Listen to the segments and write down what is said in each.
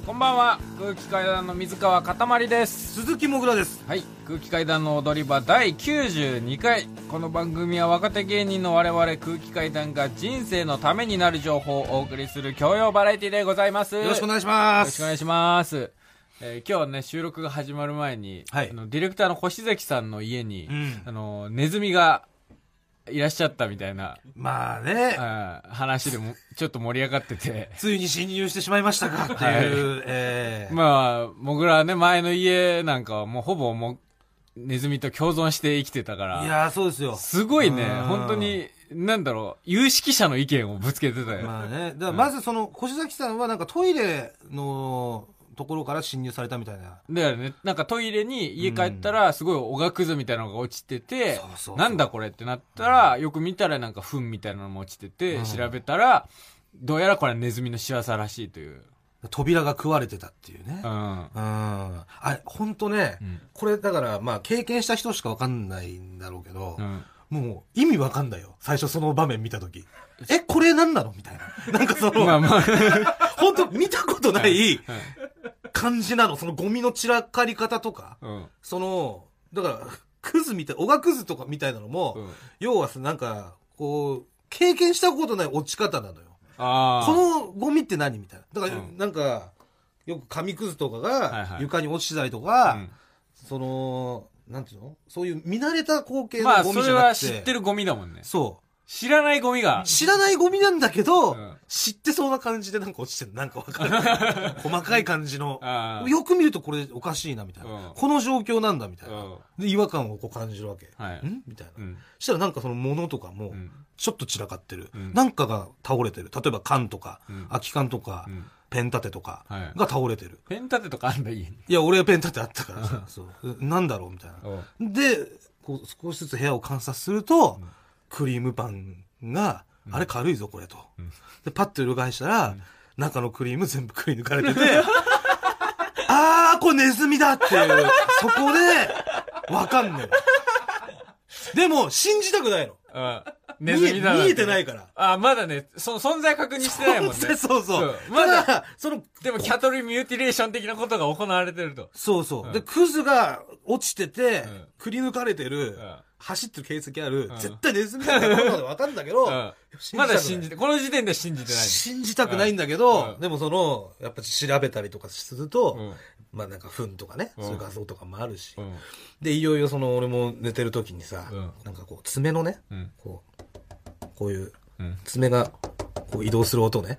こんばんは。空気階段の水川かたまりです。 鈴木もぐらです。 はい、空気階段の踊り場第92回。この番組は若手芸人の我々空気階段が人生のためになる情報をお送りする教養バラエティでございます。 よろしくお願いします。 よろしくお願いします。今日はね、収録が始まる前に、 はい、 ディレクターの星崎さんの家に、ネズミがいらっしゃったみたいな、 まあね、 話でもちょっと盛り上がっててついに侵入してしまいましたかっていう、 まあ僕らね、前の家なんかはもうほぼもうネズミと共存して生きてたから、 いやそうですよ、 すごいね、本当になんだろう、有識者の意見をぶつけてたよ。 まあね、だからまずその星崎さんはなんかトイレのところから侵入されたみたいな。 だよね。なんかトイレに家帰ったらすごいおがくずみたいなのが落ちてて、なんだこれってなったら、よく見たらなんか糞みたいなのも落ちてて、調べたらどうやらこれはネズミの仕業らしいという。 扉が食われてたっていうね。あれ本当ね、これだからまあ経験した人しかわかんないんだろうけど、もう意味わかんないよ。最初その場面見たとき。これなんなのみたいな。なんかその、本当見たことない感じなの。そのゴミの散らかり方とか、その、だから、クズみたい、おがくずとかみたいなのも、要はなんか、こう、経験したことない落ち方なのよ。このゴミって何みたいな。だから、なんか、よく紙くずとかが床に落ちてたりとか、その、なんていうの、そういう見慣れた光景のゴミじゃなくて、まあそれは知ってるゴミだもんね。 そう。 知らないゴミが。 知らないゴミなんだけど、知ってそうな感じでなんか落ちてる。なんかわかる。細かい感じの。よく見るとこれおかしいなみたいな。この状況なんだみたいな。で、違和感をこう感じるわけ。んみたいな。したらなんかその物とかも、ちょっと散らかってる。なんかが倒れてる。例えば缶とか、空き缶とか、ペン立てとかが倒れてる。 ペン立てとかあんだ家に。 いや、俺はペン立てあったからさ。そう。なんだろうみたいな。で、こう少しずつ部屋を観察すると、クリームパンが、あれ軽いぞこれと。で、パッと裏返したら、中のクリーム全部くり抜かれてて、これネズミだっていう、そこで、わかんねえ。でも、信じたくないの。 ネズミだ。 見えてないから。 まだね、その存在確認してないもんね。 そうそう。 まだ、でもキャトルミューティレーション的なことが行われてると。 そうそう。で、クズが落ちてて、くり抜かれてる、走ってる形跡ある、絶対ネズミだところまでわかんだけど、 まだ信じて、この時点で信じてない。 信じたくないんだけど、でもその、やっぱ調べたりとかすると、まあなんか糞とかね、そういう画像とかもあるし、で、いよいよその、俺も寝てる時にさ、なんかこう、爪のね、こういう、爪が、こう移動する音ね。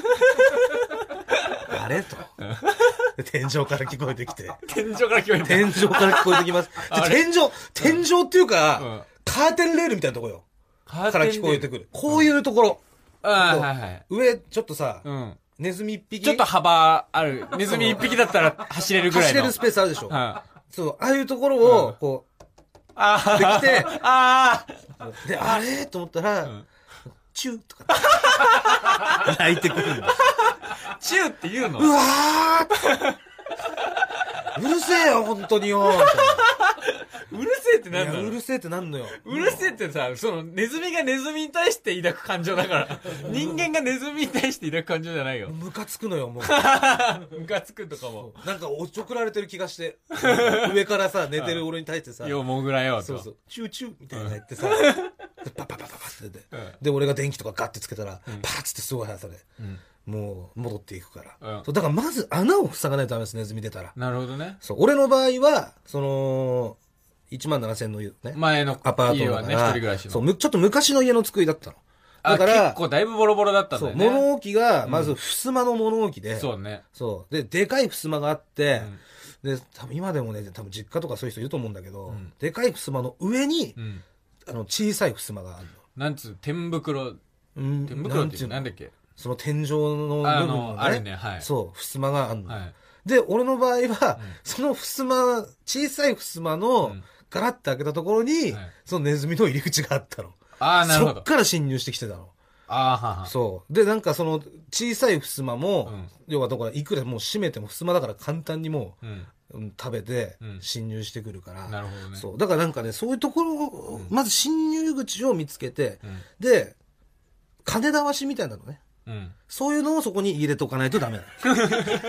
あれと。天井から聞こえてきて。 天井から聞こえて天井から聞こえてきます。天井っていうか、カーテンレールみたいなとこよ。から聞こえてくる。こういうところ。上、ちょっとさ、ネズミ一匹。 ちょっと幅ある。ネズミ一匹だったら走れるぐらいの。 走れるスペースあるでしょ。そう、ああいうところを、こう、できて、で、あれと思ったら、チューとか、泣いてくるんだ。 チューって言うの？ うわーうるせえよ、本当によ。 うるせえってなんだろう。 うるせえってなんのよ。 うるせえってさ、その、ネズミがネズミに対して抱く感情だから、人間がネズミに対して抱く感情じゃないよ。 ムカつくのよ、もう。 ムカつくとかも。 なんか、おちょくられてる気がして。上からさ、寝てる俺に対してさ。 ようもぐらよと。 そうそう。チューチューみたいな言ってさ、パパパパパって。で、俺が電気とかガッてつけたら、パーッつってすごい速さで。もう戻っていくから、だからまず穴を塞がないとダメです、ネズミ出たら。 なるほどね。 そう、俺の場合はその17000のね、 前のアパートはね、一人暮らしの。 そう、ちょっと昔の家の作りだったの。 だから結構だいぶボロボロだったんだよね。 そう、物置がまず襖の物置で、 そうね。 そうで、でかい襖があって、で多分今でもね、多分実家とかそういう人いると思うんだけど、でかい襖の上に、小さい襖があるの。 なんつう、天袋ってなんだっけ、 その天井の部分のね、 あるね、はい。 そう、襖があるの。で、俺の場合は、その襖、小さい襖の、ガラッて開けたところに、そのネズミの入り口があったの。 なるほど。 そっから侵入してきてたの。そう。で、なんかその、小さい襖も、要はだから、いくらもう閉めても襖だから簡単にもう、食べて、侵入してくるから。 なるほどね。 そう。だからなんかね、そういうところを、まず侵入口を見つけて、で、金だわしみたいなのね。そういうのをそこに入れとかないとダメなの。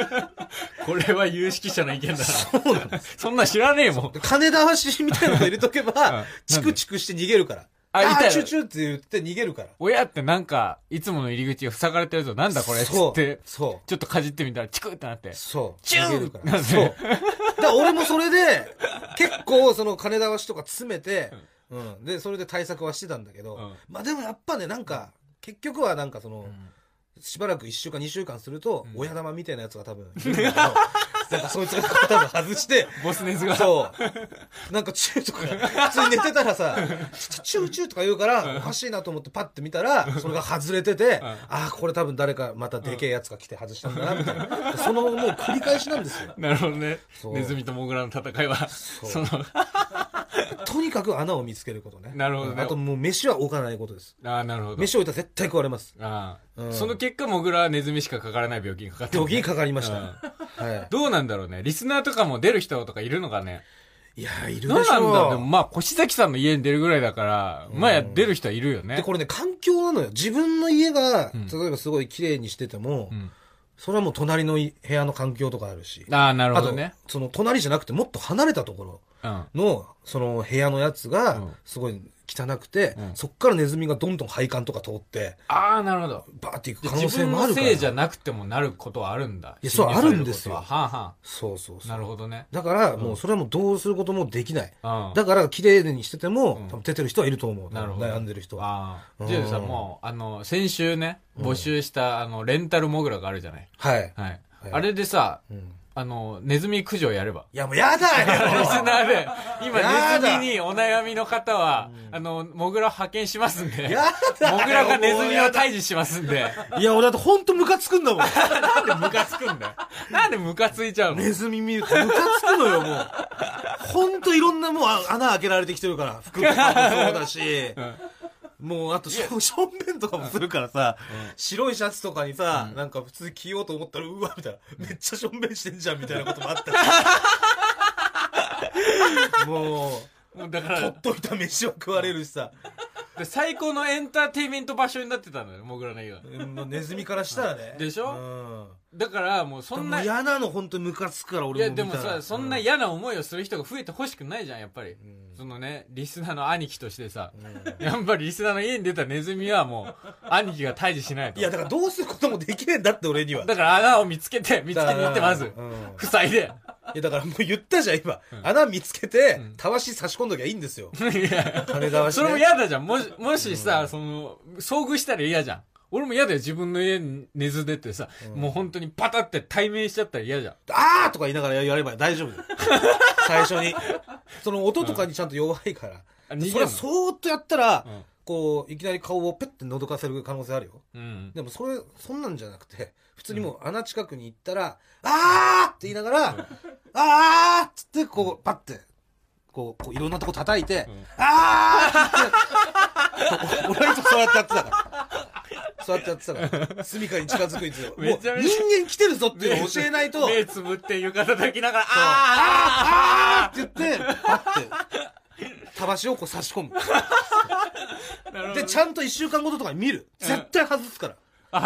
これは有識者の意見だな。 そうなんです。 そんな知らねえもん。 金だわしみたいなの入れとけば、チクチクして逃げるから。チュチュって言って逃げるから。 親ってなんか、いつもの入り口が塞がれてるぞ。なんだこれっつって。そう。ちょっとかじってみたら、チクってなって。 そう。 チュー逃げるから。そう。だから俺もそれで、結構その金だわしとか詰めて、で、それで対策はしてたんだけど、まあでもやっぱね、なんか、結局はなんかその、しばらく1週間2週間すると、親玉みたいなやつが多分いるんだけど、なんかそいつが多分外して、 ボスネズが。 そう。なんかチューとか、普通に寝てたらさ、チューチューとか言うから、おかしいなと思ってパッて見たら、それが外れてて、ああ、これ多分誰かまたでけえやつが来て外したんだな、みたいな。そのもう繰り返しなんですよ。 なるほどね。ネズミとモグラの戦いは、その、 とにかく穴を見つけることね。 なるほどね。 あともう飯は置かないことです。 ああ、なるほど。 飯置いたら絶対食われます。 ああ。その結果、モグラはネズミしかかからない病気にかかって、 病気にかかりました。 はい。どうなんだろうね。リスナーとかも出る人とかいるのかね。 いや、いるでしょ。 どうなんだ。でもまあ、越崎さんの家に出るぐらいだから、まあ出る人はいるよね。 で、これね、環境なのよ。自分の家が、例えばすごい綺麗にしてても、それはもう隣の部屋の環境とかあるし。 ああ、なるほどね。 あと、その隣じゃなくてもっと離れたところの、その部屋のやつが、すごい汚くて、そっからネズミがどんどん配管とか通って、 ああ、なるほど。 バーっていく可能性もあるから。 自分のせいじゃなくてもなることはあるんだ。 いや、そう、あるんですよ。 はあはあ。 そうそうそう。 なるほどね。 だから、もうそれはもうどうすることもできない。だから、綺麗にしてても、多分出てる人はいると思う。なるほど。悩んでる人は。 じゃあさ、もう、先週ね、募集した、レンタルモグラがあるじゃない。 はい。 はい。あれでさ、ネズミ駆除やれば。 いや、もうやだよリスナーで、今、ネズミにお悩みの方は、モグラ派遣しますんで。 やだよモグラがネズミを退治しますんで。 いや、俺だってほんとムカつくんだもん。 なんでムカつくんだよ。なんでムカついちゃうの？ ネズミ見るとムカつくのよ、もう。ほんといろんなもう穴開けられてきてるから。服とかもそうだし。もう、あと、しょんべんとかもするからさ、白いシャツとかにさ、なんか普通着ようと思ったら、うわ、みたいな。めっちゃしょんべんしてんじゃん、みたいなこともあったし。もう、だから、取っといた飯は食われるしさ。 最高のエンターテインメント場所になってたのよ、モグラの家が。 ネズミからしたらね。 でしょ？だからもうそんな。 嫌なの本当にムカつくから俺も見たら。 いやでもさ、そんな嫌な思いをする人が増えてほしくないじゃん、やっぱり。そのね、リスナーの兄貴としてさ。やっぱりリスナーの家に出たネズミはもう、兄貴が退治しないと。 いやだからどうすることもできねえんだって俺には。 だから穴を見つけに行ってまず。塞いで。 いやだからもう言ったじゃん今。穴見つけて、たわし差し込んどきゃいいんですよ。金だわし。 それも嫌だじゃん。もしさ、遭遇したら嫌じゃん。俺も嫌だよ。自分の家に寝ず出てさ、もう本当にパタって対面しちゃったら嫌じゃん。 あーとか言いながらやれば大丈夫だよ。最初に。その音とかにちゃんと弱いから。それはそーっとやったら、こう、いきなり顔をペッて覗かせる可能性あるよ。でもそんなんじゃなくて、普通にもう穴近くに行ったら、あーって言いながら、あーっつって、こう、パッて、こういろんなとこ叩いて、あーって言って、俺はいつもそうやってやってたから。そうやってやってたから。住処に近づくにつれもう人間来てるぞっていうのを教えないと。 目つぶって床叩きながら、 あーって言って、パッて、たばしをこう差し込む。で、ちゃんと1週間ごととかに見る。絶対外すから。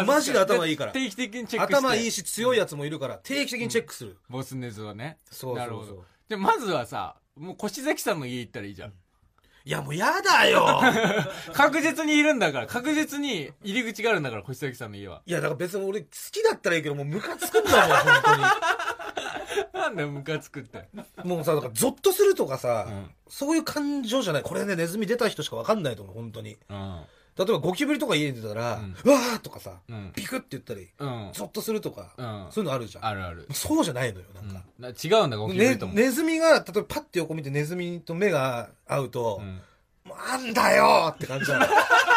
マジで頭いいから。 定期的にチェックして。 頭いいし強いやつもいるから、定期的にチェックする。 ボスネズはね。 そうそうそう。 なるほど。で、まずはさ、もう越崎さんの家行ったらいいじゃん。 いやもうやだよ確実にいるんだから、確実に入り口があるんだから、越崎さんの家は。 いやだから別に俺好きだったらいいけど、もうムカつくんだもん、本当に。 なんだよ、ムカつくって。 もうさ、だからゾッとするとかさ、そういう感情じゃない。これね、ネズミ出た人しかわかんないと思う、本当に。例えばゴキブリとか家に出たら、うわーとかさ、ピクって言ったり、ゾッとするとか、そういうのあるじゃん。 あるある。 そうじゃないのよ、なんか。 違うんだ、ゴキブリとも。 ネズミが、例えばパッて横見てネズミと目が合うと、なんだよって感じなの。で、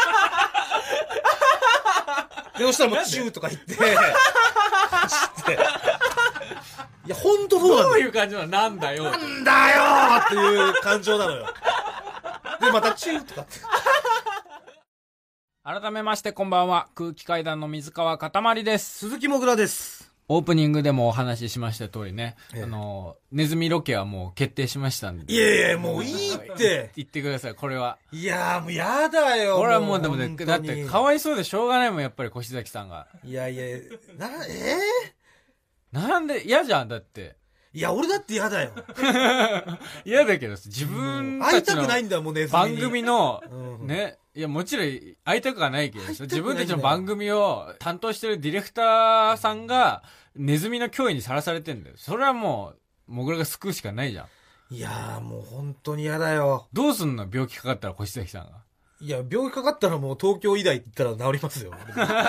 そしたらもうチューとか言って、走って。いや、ほんとそうなの。 どういう感じなの？なんだよ。 なんだよっていう感情なのよ。で、またチューとかって。 改めましてこんばんは。空気階段の水川かたまりです。 鈴木もぐらです。 オープニングでもお話ししました通りね、ネズミロケはもう決定しましたんで。 いやいや、もういいって。 言ってください、これは。 いやもうやだよ。 これはもうでもね、だってかわいそうでしょうがないもん、やっぱり越崎さんが。 いやいや、 なんで、嫌じゃん、だって。 いや、俺だって嫌だよ。 嫌だけど、自分たちの会いたくないんだよ、もうネズミに。 番組の、ね、いや、もちろん会いたくはないけど、自分たちの番組を担当してるディレクターさんが、ネズミの脅威にさらされてんだよ。それはもう、モグラが救うしかないじゃん。 いやー、もう本当に嫌だよ。 どうすんの病気かかったら、越崎さんが。 いや、病気かかったらもう東京医大行ったら治りますよ。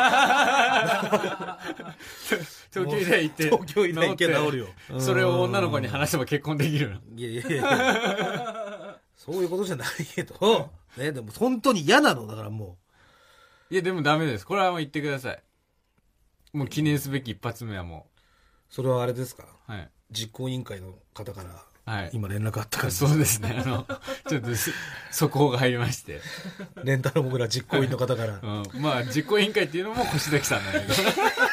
東京医大行って。 東京医大行け治るよ。 それを女の子に話せば結婚できるの。 いやいやいや。そういうことじゃないけど、ね、でも本当に嫌なのだからもう。いや、でもダメです。これはもう言ってください。もう記念すべき一発目はもう。それはあれですか？ はい。 実行委員会の方から。 はい。 今連絡あったから。 そうですね。ちょっと速報が入りまして。 レンタルモグラ実行委員の方から。 うん。まあ、実行委員会っていうのも越崎さんなんだけど。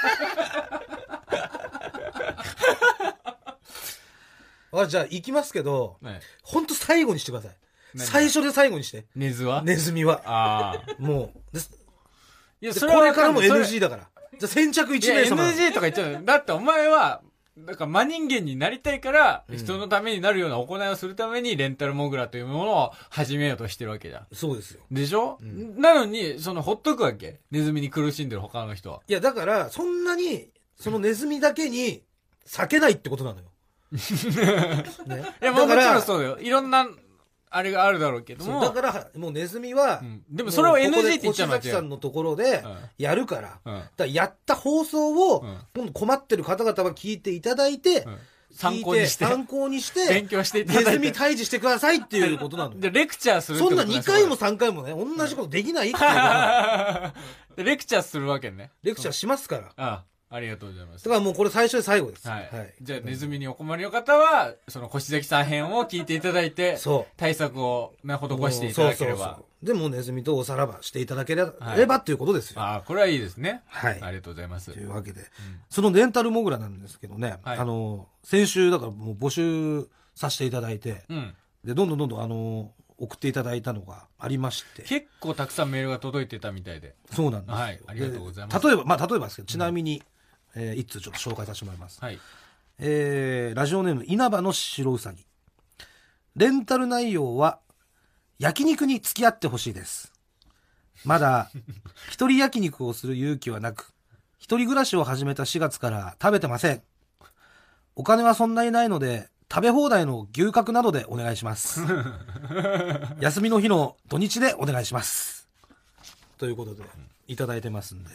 じゃあ行きますけど、 はい、 ほんと最後にしてください。最初で最後にして。 ネズミは。 ああ。 もう。 いや、 それはこれからも NG だから。じゃあ先着1名様。 NG とか言っちゃう。だってお前は、なんか真人間になりたいから、人のためになるような行いをするためにレンタルモグラというものを始めようとしてるわけじゃん。 そうですよ。 でしょ、なのに、ほっとくわけネズミに苦しんでる他の人は。 いや、だから、そんなに、そのネズミだけに、避けないってことなのよ。 ね、いや、もちろんそうだよ。いろんな、あれがあるだろうけども。 だから、もうネズミは、 でもそれを NG って言っちゃうの越崎さんのところで、やるから、だからやった放送を、今度困ってる方々は聞いていただいて、 参考にして、勉強していただいて。 ネズミ退治してくださいっていうことなのよ。 で、レクチャーするってことそんな2回も3回もね、同じことできないっていうで、レクチャーするわけね。 レクチャーしますから。 あありがとうございます。 だからもうこれ最初で最後です。 はい。じゃあ、ネズミにお困りの方は、越崎さん編を聞いていただいて、対策をね、施していただければ。 で、もうネズミとおさらばしていただければっていうことですよ。 ああ、これはいいですね。 はい。 ありがとうございます。 というわけで、そのレンタルモグラなんですけどね、先週だからもう募集させていただいて、で、どんどん送っていただいたのがありまして。 結構たくさんメールが届いてたみたいで。 そうなんです。 はい。ありがとうございます。 例えばですけど、ちなみに、一通ちょっと紹介させてもらいます。 はい。 ラジオネーム、稲葉の白うさぎ。レンタル内容は、焼肉に付き合ってほしいです。まだ、一人焼肉をする勇気はなく、一人暮らしを始めた4月から食べてません。お金はそんなにないので、食べ放題の牛角などでお願いします。休みの日の土日でお願いします。ということで、いただいてますんで。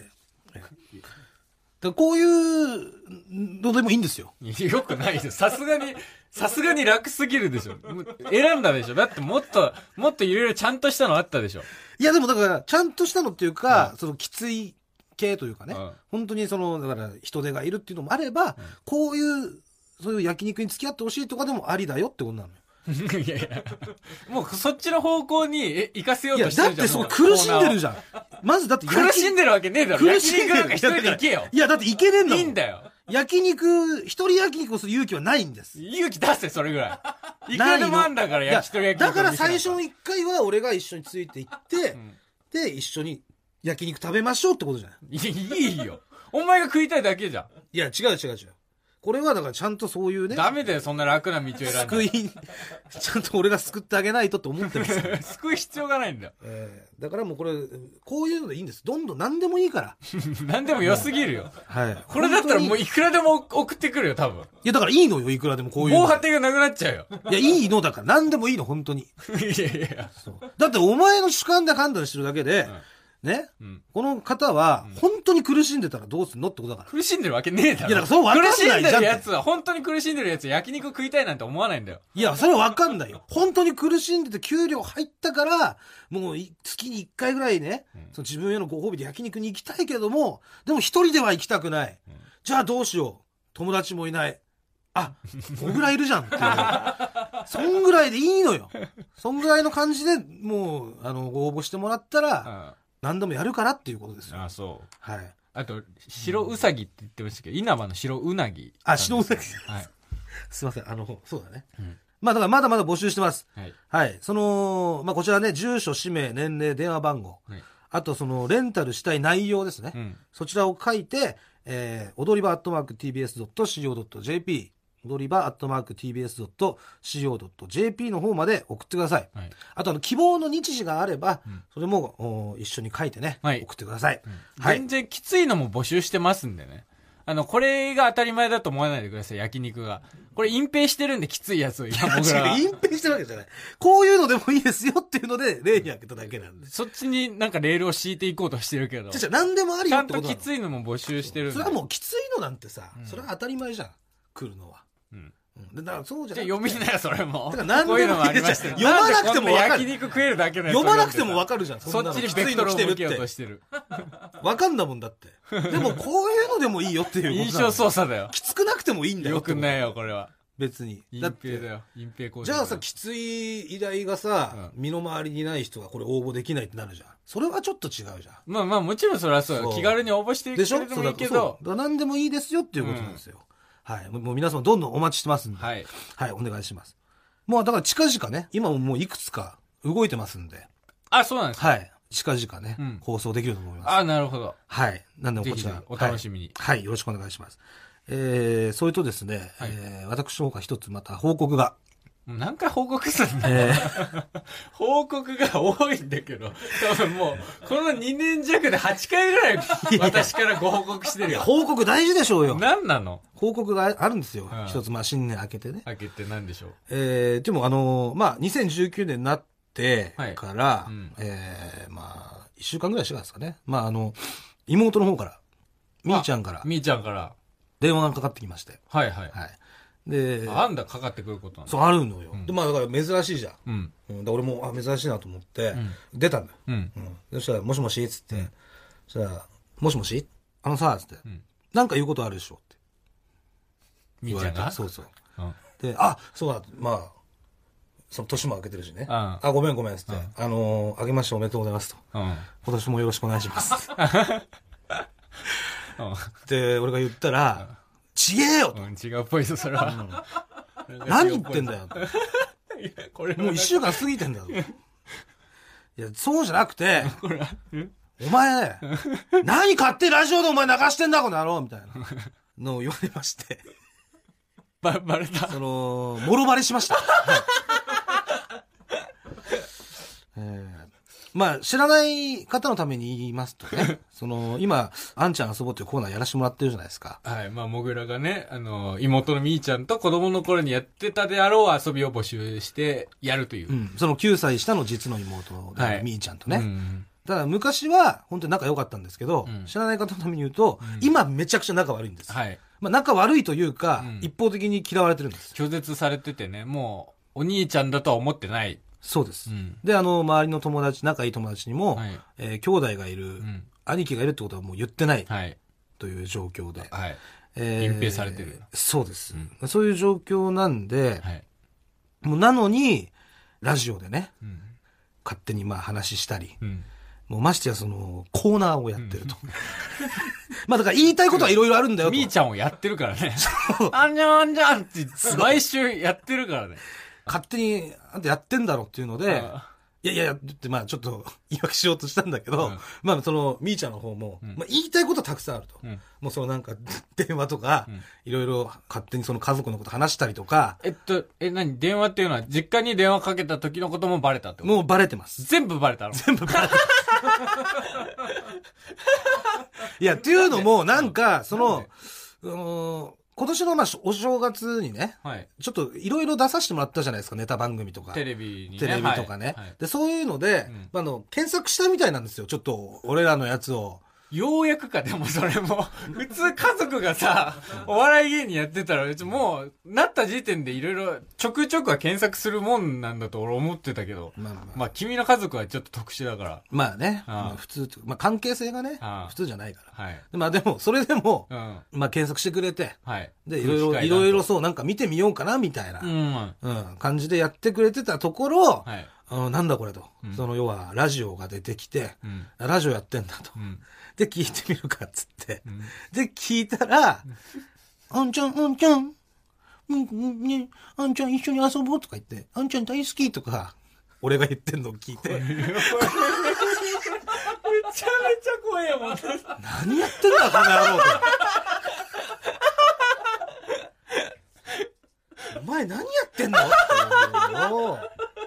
こういうのでもいいんですよ。 よくないです。さすがに楽すぎるでしょ。選んだでしょ。だってもっといろいろちゃんとしたのあったでしょ。 いやでもだから、ちゃんとしたのっていうか、そのきつい系というかね、本当にだから人手がいるっていうのもあれば、こういう、そういう焼肉に付き合ってほしいとかでもありだよってことなのよ。 いやいや、もうそっちの方向に行かせようとしてるじゃん。 いや、だって苦しんでるじゃん。まずだって苦しんでるわけねえだろ。焼肉なんか一人で行けよ。 いや、だって行けねえんだもん。 いいんだよ。 一人焼肉をする勇気はないんです。 勇気出せ、それぐらい。いくらでもあんだから、一人焼肉。 だから最初の一回は俺が一緒について行って、で、一緒に焼肉食べましょうってことじゃない。 いいよ。お前が食いたいだけじゃん。 いや、違う。これはだからちゃんとそういうね。 ダメだよ、そんな楽な道を選んで。 ちゃんと俺が救ってあげないとって思ってるんですよ。 救う必要がないんだよ。 だからもうこういうのでいいんです。どんどん何でもいいから。 何でも良すぎるよ。 はい。 これだったらもういくらでも送ってくるよ、多分。いや、だからいいのよ、いくらでもこういう。 防波堤がなくなっちゃうよ。 いや、いいのだから、何でもいいの、本当に。 いや。 だってお前の主観で判断してるだけで、ね、この方は、本当に苦しんでたらどうすんのってことだから。 苦しんでるわけねえだろ。 いや、だからそう分かんないじゃん。 苦しんでるやつは、本当に苦しんでるやつ焼肉食いたいなんて思わないんだよ。 いや、それは分かんないよ。本当に苦しんでて給料入ったから、もう月に1回ぐらいね、その自分へのご褒美で焼肉に行きたいけども、でも一人では行きたくない。じゃあどうしよう。友達もいない。あ、こんぐらいいるじゃんっていう。そんぐらいでいいのよ。そんぐらいの感じでもう、ご応募してもらったら、何でもやるからっていうことですよ。 あ、そう。 はい。 あと、白うさぎって言ってましたけど、稲葉の白うなぎ。 あ、白うさぎ。はい。すいません。そうだね。まあ、だからまだまだ募集してます。はい。はい。まあ、こちらね、住所、氏名、年齢、電話番号。はい。あと、レンタルしたい内容ですね。そちらを書いて、 踊り場@tbs.co.jp、踊り場@tbs.co.jp の方まで送ってください。はい、あと希望の日時があれば、それも一緒に書いてね、はい、送ってください、 はい。全然きついのも募集してますんでね。これが当たり前だと思わないでください、焼肉が。これ隠蔽してるんできついやつを今僕らは。 隠蔽してるわけじゃない。こういうのでもいいですよっていうので、例に挙げただけなんで。 そっちになんかレールを敷いていこうとしてるけど。 何でもありよってことなの。 ちゃんときついのも募集してるんで。 それはもうきついのなんてさ、それは当たり前じゃん。来るのは。だからそうじゃなくて。 読みなよ、それも。 だから何でもありましたよ。読まなくても分かる。 焼肉食えるだけのやつ。 読まなくても分かるじゃん。 そっちにベクトルを向けようとしてる。 分かんだもんだって。でもこういうのでもいいよっていうこと。 印象操作だよ。 きつくなくてもいいんだよ。 よくないよ、これは。 別に。 隠蔽だよ。隠蔽行為。 じゃあさ、きつい依頼がさ、身の回りにない人がこれ応募できないってなるじゃん。それはちょっと違うじゃん。 まあまあもちろんそれはそうよ。気軽に応募してくれてもいいけど。 何でもいいですよっていうことなんですよ。はい。もう皆様どんどんお待ちしてますんで。はい。はい、お願いします。もうだから近々ね、今もういくつか動いてますんで。 あ、そうなんですか。 はい。近々ね、放送できると思います。 あ、なるほど。 はい。なんでこちら。 お楽しみに。 はい。よろしくお願いします。それとですね、私の方から一つまた報告が。 何回報告するんだ報告が多いんだけど、多分もう、この2年弱で8回ぐらい私からご報告してるよ。 報告大事でしょうよ。 何なの？ 報告があるんですよ。一つ、新年明けてね。 明けて何でしょう？ でも2019年になってから、1週間ぐらいしてからですかね。妹の方から、みーちゃんから。 みーちゃんから。 電話がかかってきまして。 はいはい。 はい。で、 あんだかかってくることなんだ。 そう、あるのよ。で、だから珍しいじゃん。で、俺も、珍しいなと思って、出たんだよ。そしたら、もしもしつって、そしたら、もしもしさ、つって、なんか言うことあるでしょって。 みーちゃんがそうそう。で、そうだ、その年も明けてるしね。ごめん、つって。明けましておめでとうございますと。今年もよろしくお願いします。で、俺が言ったら、ちげえよと。 違うっぽいぞ、それは。 何言ってんだよ。もう1週間過ぎてんだよ。いや、そうじゃなくて、お前、何勝手にラジオでお前流してんだ、この野郎みたいなのを言われまして。 バレた。 もろバレしました。知らない方のために言いますとね、今、あんちゃん遊ぼうというコーナーやらせてもらってるじゃないですか。 はい。もぐらがね、妹のみーちゃんと子供の頃にやってたであろう遊びを募集してやるという。 その9歳下の実の妹のみーちゃんとね。ただ昔は本当に仲良かったんですけど、知らない方のために言うと、今めちゃくちゃ仲悪いんです。はい。仲悪いというか、一方的に嫌われてるんです。 拒絶されててね、もう、お兄ちゃんだとは思ってない。 そうです。で、周りの友達、仲いい友達にも、兄弟がいる、兄貴がいるってことはもう言ってない。という状況で。 はい。隠蔽されてる。 そうです。そういう状況なんで、もうなのに、ラジオでね、勝手に話したり、もうましてやコーナーをやってると。だから言いたいことはいろいろあるんだよと。 みーちゃんをやってるからね。あんじゃんって毎週やってるからね。 勝手にあんたやってんだろっていうので、いやってちょっと言い訳しようとしたんだけど、みーちゃんの方も、言いたいことはたくさんあると。もうなんか電話とか、いろいろ勝手に家族のこと話したりとか。 何電話っていうのは実家に電話かけた時のこともバレたってこと？ もうバレてます。 全部バレたの？ 全部バレてます。いや、っていうのも、なんか、今年のお正月にね、ちょっといろいろ出させてもらったじゃないですか、ネタ番組とか。 テレビにね。 テレビとかね。で、そういうので、検索したみたいなんですよ、ちょっと、俺らのやつを。 ようやくか、でもそれも。普通家族がさ、お笑い芸人やってたら、もう、なった時点でいろいろ、ちょくちょくは検索するもんなんだと俺思ってたけど。君の家族はちょっと特殊だから。 普通、関係性がね、普通じゃないから。でも、それでも、検索してくれて、で、いろいろそう、なんか見てみようかな、みたいな、感じでやってくれてたところ、なんだこれと。要は、ラジオが出てきて、ラジオやってんだと。で、聞いてみるか、っつって。で、聞いたら、あんちゃん、あんちゃん一緒に遊ぼうとか言って、あんちゃん大好きとか、俺が言ってんのを聞いて。 めちちゃ怖えよ、もう。 何やってんだ、この野郎と。お前何やってんのっていうのを、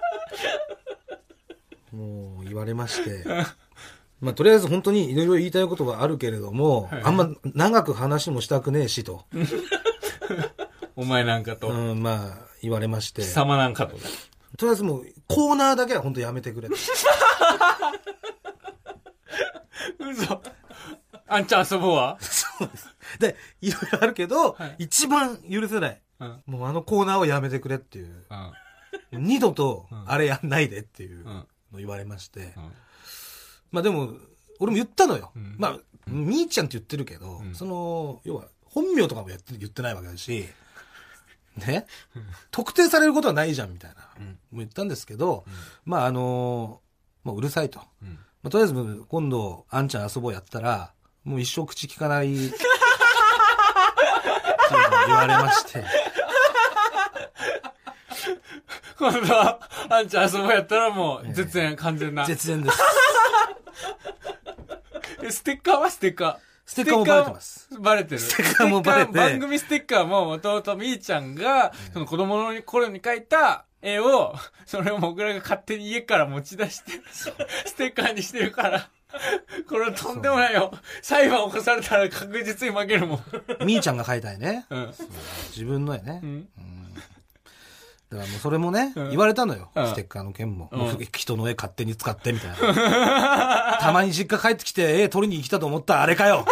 もう言われまして。まあ、とりあえず本当にいろいろ言いたいことがあるけれども、はい、あんま長く話もしたくねえしと。 お前なんかと。 うん、まあ、言われまして。 貴様なんかと。 とりあえずもう、コーナーだけは本当やめてくれ。 嘘。あんちゃん遊ぼうはそうです。で、いろいろあるけど、はい、一番許せない。うん、もうあのコーナーをやめてくれっていう。うん、二度と、あれやんないでっていうのを言われまして。うん、まあでも、俺も言ったのよ。うん、まあ、みーちゃんって言ってるけど、うん、要は、本名とかも言ってないわけだし、ね、特定されることはないじゃんみたいな、もう言ったんですけど、まあもううるさいと。まあ、とりあえず今度、あんちゃん遊ぼうやったら、もう一生口聞かない、っていうのを言われまして。 今度は、あんちゃん遊ぼうやったらもう、絶縁、完全な。 絶縁です。 ステッカーはステッカー。 ステッカーもバレてます。 バレてる。 ステッカーもバレて。 番組ステッカーも、もともとみーちゃんが、その子供の頃に描いた絵を、それを僕らが勝手に家から持ち出して、ステッカーにしてるから、これはとんでもないよ。裁判起こされたら確実に負けるもん。 みーちゃんが描いた絵ね。 うん、 自分の絵ね。だからもうそれもね、言われたのよ。ステッカーの件も。もう人の絵勝手に使ってみたいな。たまに実家帰ってきて絵取りに来たと思ったらあれかよ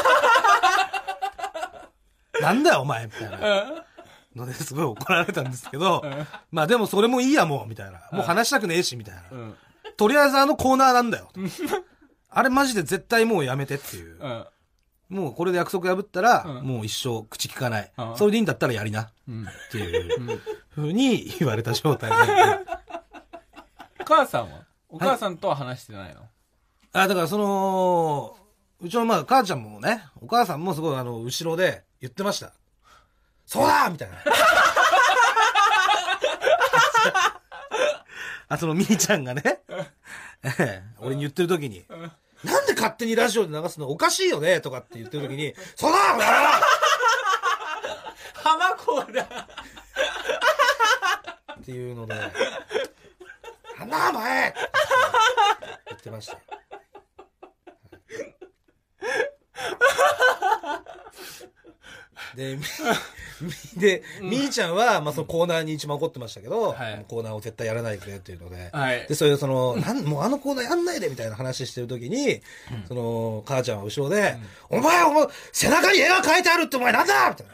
なんだよお前みたいな。のですごい怒られたんですけど、まあでもそれもいいやもうみたいな。もう話したくねえしみたいな。とりあえずあのコーナーなんだよ。あれマジで絶対もうやめてっていう。もうこれで約束破ったら、もう一生口聞かない。それでいいんだったらやりな。っていうふうに言われた状態で。 お母さんはお母さんとは話してないの？ だからうちのまあ母ちゃんもね、お母さんもすごい後ろで言ってました。そうだみたいな。みーちゃんがね、俺に言ってる時に、なんで勝手にラジオで流すのおかしいよねとかって言ってる時に、そうだ浜子だっていうので、なんだお前って言ってました。で、みーちゃんは、まあ、そのコーナーに一番怒ってましたけど、コーナーを絶対やらないでくれっていうので、で、そういうもうあのコーナーやんないでみたいな話してるときに、母ちゃんは後ろで、お前、背中に絵が描いてあるってお前なんだみたいな。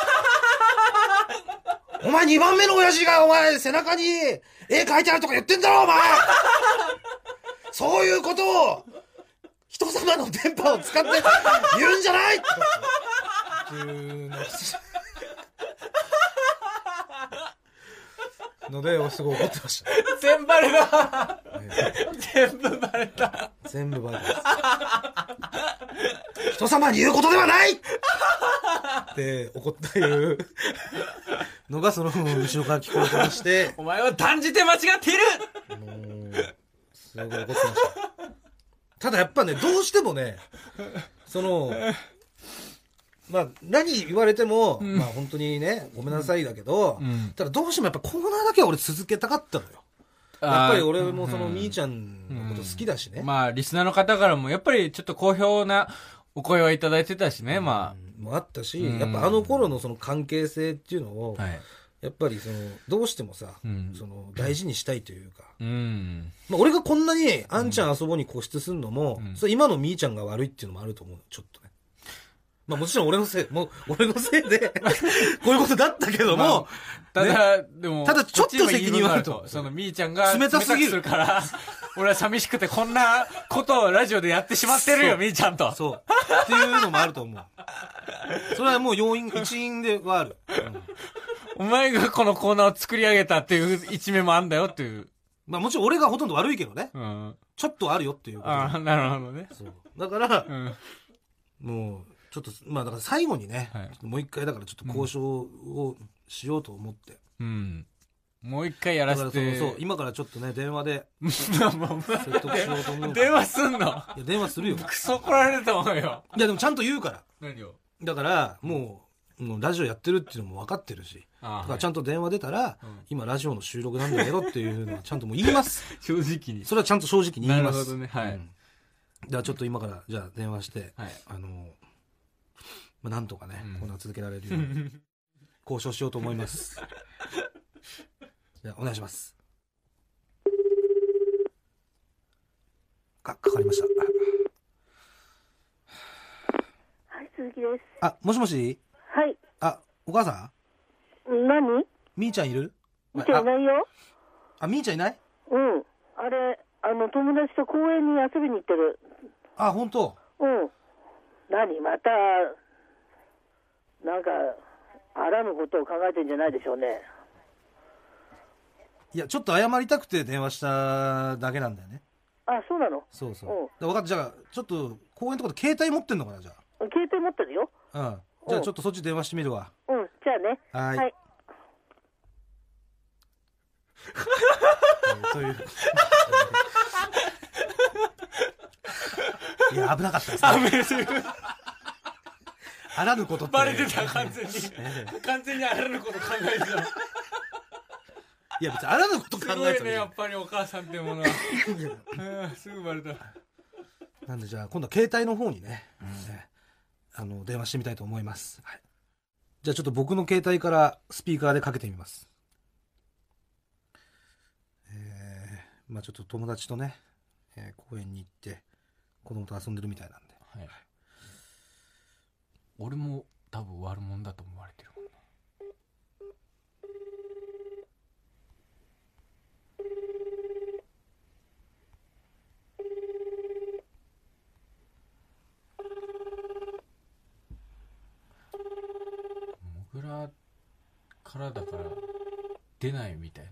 お前2番目の親父が背中に絵描いてあるとか言ってんだろお前そういうことを、人様の電波を使って言うんじゃないっていうのですごい怒ってました。 全バレだ、全部バレた。 全部バレた。人様に言うことではないって怒ったいうのが後ろから聞こえてまして、 お前は断じて間違っている。 すごい怒ってました。ただやっぱね、どうしてもね、まあ、何言われても、まあ本当にね、ごめんなさいだけど、ただどうしてもやっぱコーナーだけは俺続けたかったのよ。やっぱり俺もみーちゃんのこと好きだしね。 まあ、リスナーの方からもやっぱりちょっと好評なお声はいただいてたしね、まあ。 もあったし、やっぱあの頃のその関係性っていうのを、やっぱりどうしてもさ、大事にしたいというか、まあ俺がこんなにあんちゃん遊ぼうに固執するのも、それ今のみーちゃんが悪いっていうのもあると思う、ちょっとね。まあもちろん俺のせいで、こういうことだったけども、 ただちょっと責任はあると。 みーちゃんが冷たすぎるから、俺は寂しくてこんなことをラジオでやってしまってるよ、みーちゃんと。 そう。っていうのもあると思う。それはもう一因ではある。 お前がこのコーナーを作り上げたっていう一面もあんだよっていう。 まあもちろん俺がほとんど悪いけどね。ちょっとあるよっていうこと。 ああ、なるほどね。 そう。だから、もう、ちょっと、まあだから最後にね、もう一回だからちょっと交渉をしようと思って。 ももう一回やらせて。 そう、今からちょっとね、電話で、説得しようと思う。 電話すんの？いや、電話するよ。 クソ怒られると思うよ。 いや、でもちゃんと言うから。 何を？ だから、もうラジオやってるっていうのも分かってるし。だからちゃんと電話出たら、今ラジオの収録なんだけどっていうのはちゃんともう言います。 正直に。 それはちゃんと正直に言います。 なるほどね。はい。 ではちょっと今から、じゃあ電話して、 はい、 なんとかね、こんな続けられるように、交渉しようと思います。じゃあ、お願いします。かかりました。 はい、鈴木です。 あ、もしもし？ はい。 あ、お母さん？何？ みーちゃんいる？ みーちゃんいないよ。 あ、みーちゃんいない？ うん。あれ、友達と公園に遊びに行ってる。 あ、本当？ うん。何？また、なんか、あらぬことを考えてんじゃないでしょうね。 いや、ちょっと謝りたくて電話しただけなんだよね。 あ、そうなの？ そうそう。分かった。じゃあ、ちょっと公園とかで携帯持ってんのかな、じゃあ。 携帯持ってるよ。 うん。じゃあ、ちょっとそっち電話してみるわ。 うん、じゃあね。 はい。という。いや、危なかったですね。あらぬことって。 バレてた、完全に。完全にあらぬこと考えてた。 いや、別にあらぬこと考えてた。 すごいね、やっぱりお母さんってものは。すぐバレた。 なんで、じゃあ、今度は携帯の方にね、電話してみたいと思います。はい。じゃあ、ちょっと僕の携帯からスピーカーでかけてみます。まあちょっと友達とね、公園に行って子供と遊んでるみたいなんで、はい、 俺も多分悪者だと思われてるもんな。モグラからだから出ないみたいな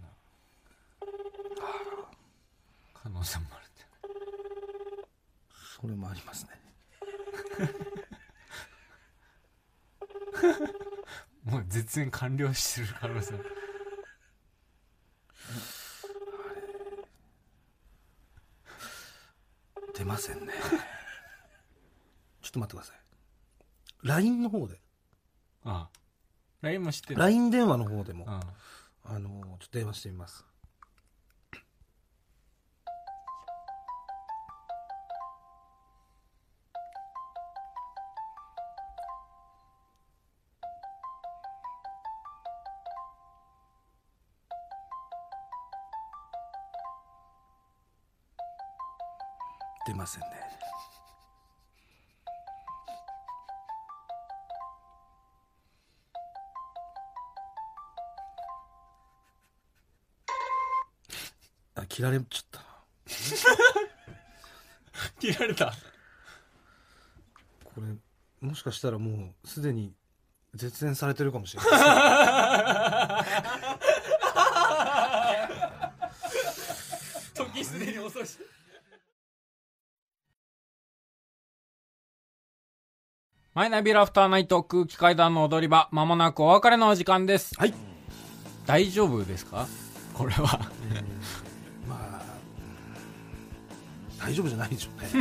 可能性もあるって。 それもありますね。 もう絶縁完了してる可能性。 出ませんね。ちょっと待ってください。LINE の方で。 ああ。LINE も知ってる。 LINE 電話の方でも、ちょっと電話してみます。出ませんね。あ、切られちゃったな。 切られた。 これもしかしたらもうすでに絶縁されてるかもしれない。 時すでに遅し。マイナビラフターナイト空気階段の踊り場、まもなくお別れのお時間です。 はい。 大丈夫ですかこれは。 まあ、大丈夫じゃないでしょうね。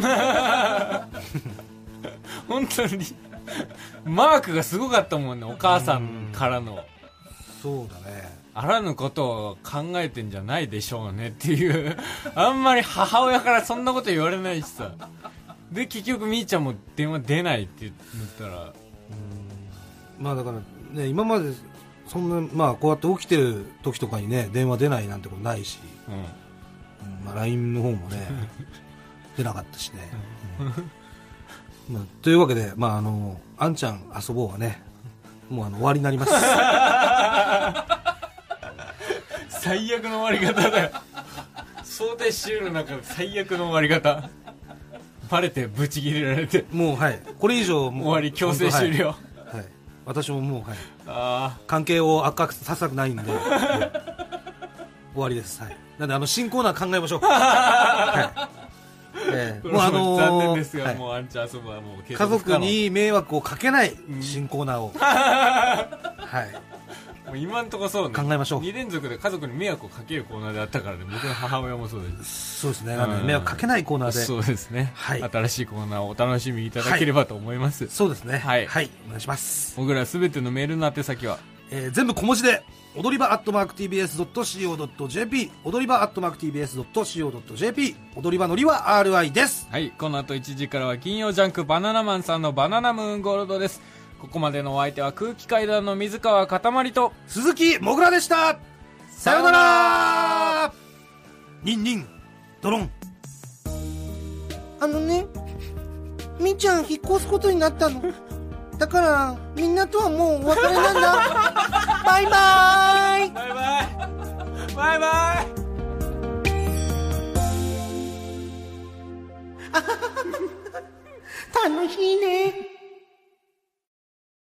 本当に、マークがすごかったもんね、お母さんからの。 そうだね。 あらぬことを考えてんじゃないでしょうねっていう。あんまり母親からそんなこと言われないしさ。で結局みーちゃんも電話出ないって言ったら、 まあだからね、今までそんな、まあこうやって起きてる時とかにね電話出ないなんてことないし、まあ LINE の方もね出なかったしね、まあ、というわけで、まああんちゃん遊ぼうはねもう終わりになります。 最悪の終わり方だよ。想定シールの中で最悪の終わり方。バレてブチ切れられて、 もうはいこれ以上もう終わり、強制終了。 はい、私ももうはい関係を悪化させたくないんで終わりです。はい。なんで新コーナー考えましょう。はい。 もう残念ですが、もうアンチ遊ぶはもう家族に迷惑をかけない新コーナーをはいもう今んとこそうね。 考えましょう。 2連続で家族に迷惑をかけるコーナーであったからね、僕の母親もそうです。 そうですね。迷惑かけないコーナーで。 そうですね。はい。新しいコーナーをお楽しみいただければと思います。 そうですね。 はい。 はい。お願いします。 僕らすべてのメールの宛先は全部小文字で、踊り場@tbs.co.jp、踊り場@tbs.co.jp、踊り場のりは RI です。 はい。この後1時からは金曜ジャンクバナナマンさんのバナナムーンゴールドです。ここまでのお相手は空気階段の水川かたまりと鈴木もぐらでした。さようなら。ニンニンドロン。 みーちゃん引っ越すことになったの。だからみんなとはもうお別れなんだ。バイバーイ。 バイバイバイバイ。 楽しいね。